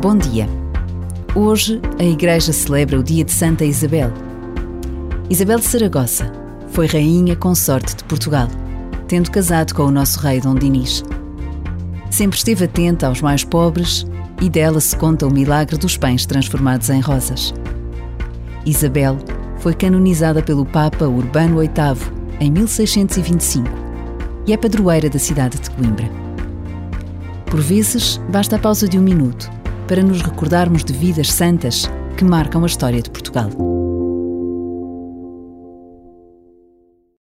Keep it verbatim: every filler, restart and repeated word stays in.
Bom dia. Hoje a Igreja celebra o dia de Santa Isabel. Isabel de Saragoça foi rainha consorte de Portugal, tendo casado com o nosso rei Dom Dinis. Sempre esteve atenta aos mais pobres e dela se conta o milagre dos pães transformados em rosas. Isabel foi canonizada pelo Papa Urbano oitavo em mil seiscentos e vinte e cinco e é padroeira da cidade de Coimbra. Por vezes, basta a pausa de um minuto para nos recordarmos de vidas santas que marcam a história de Portugal.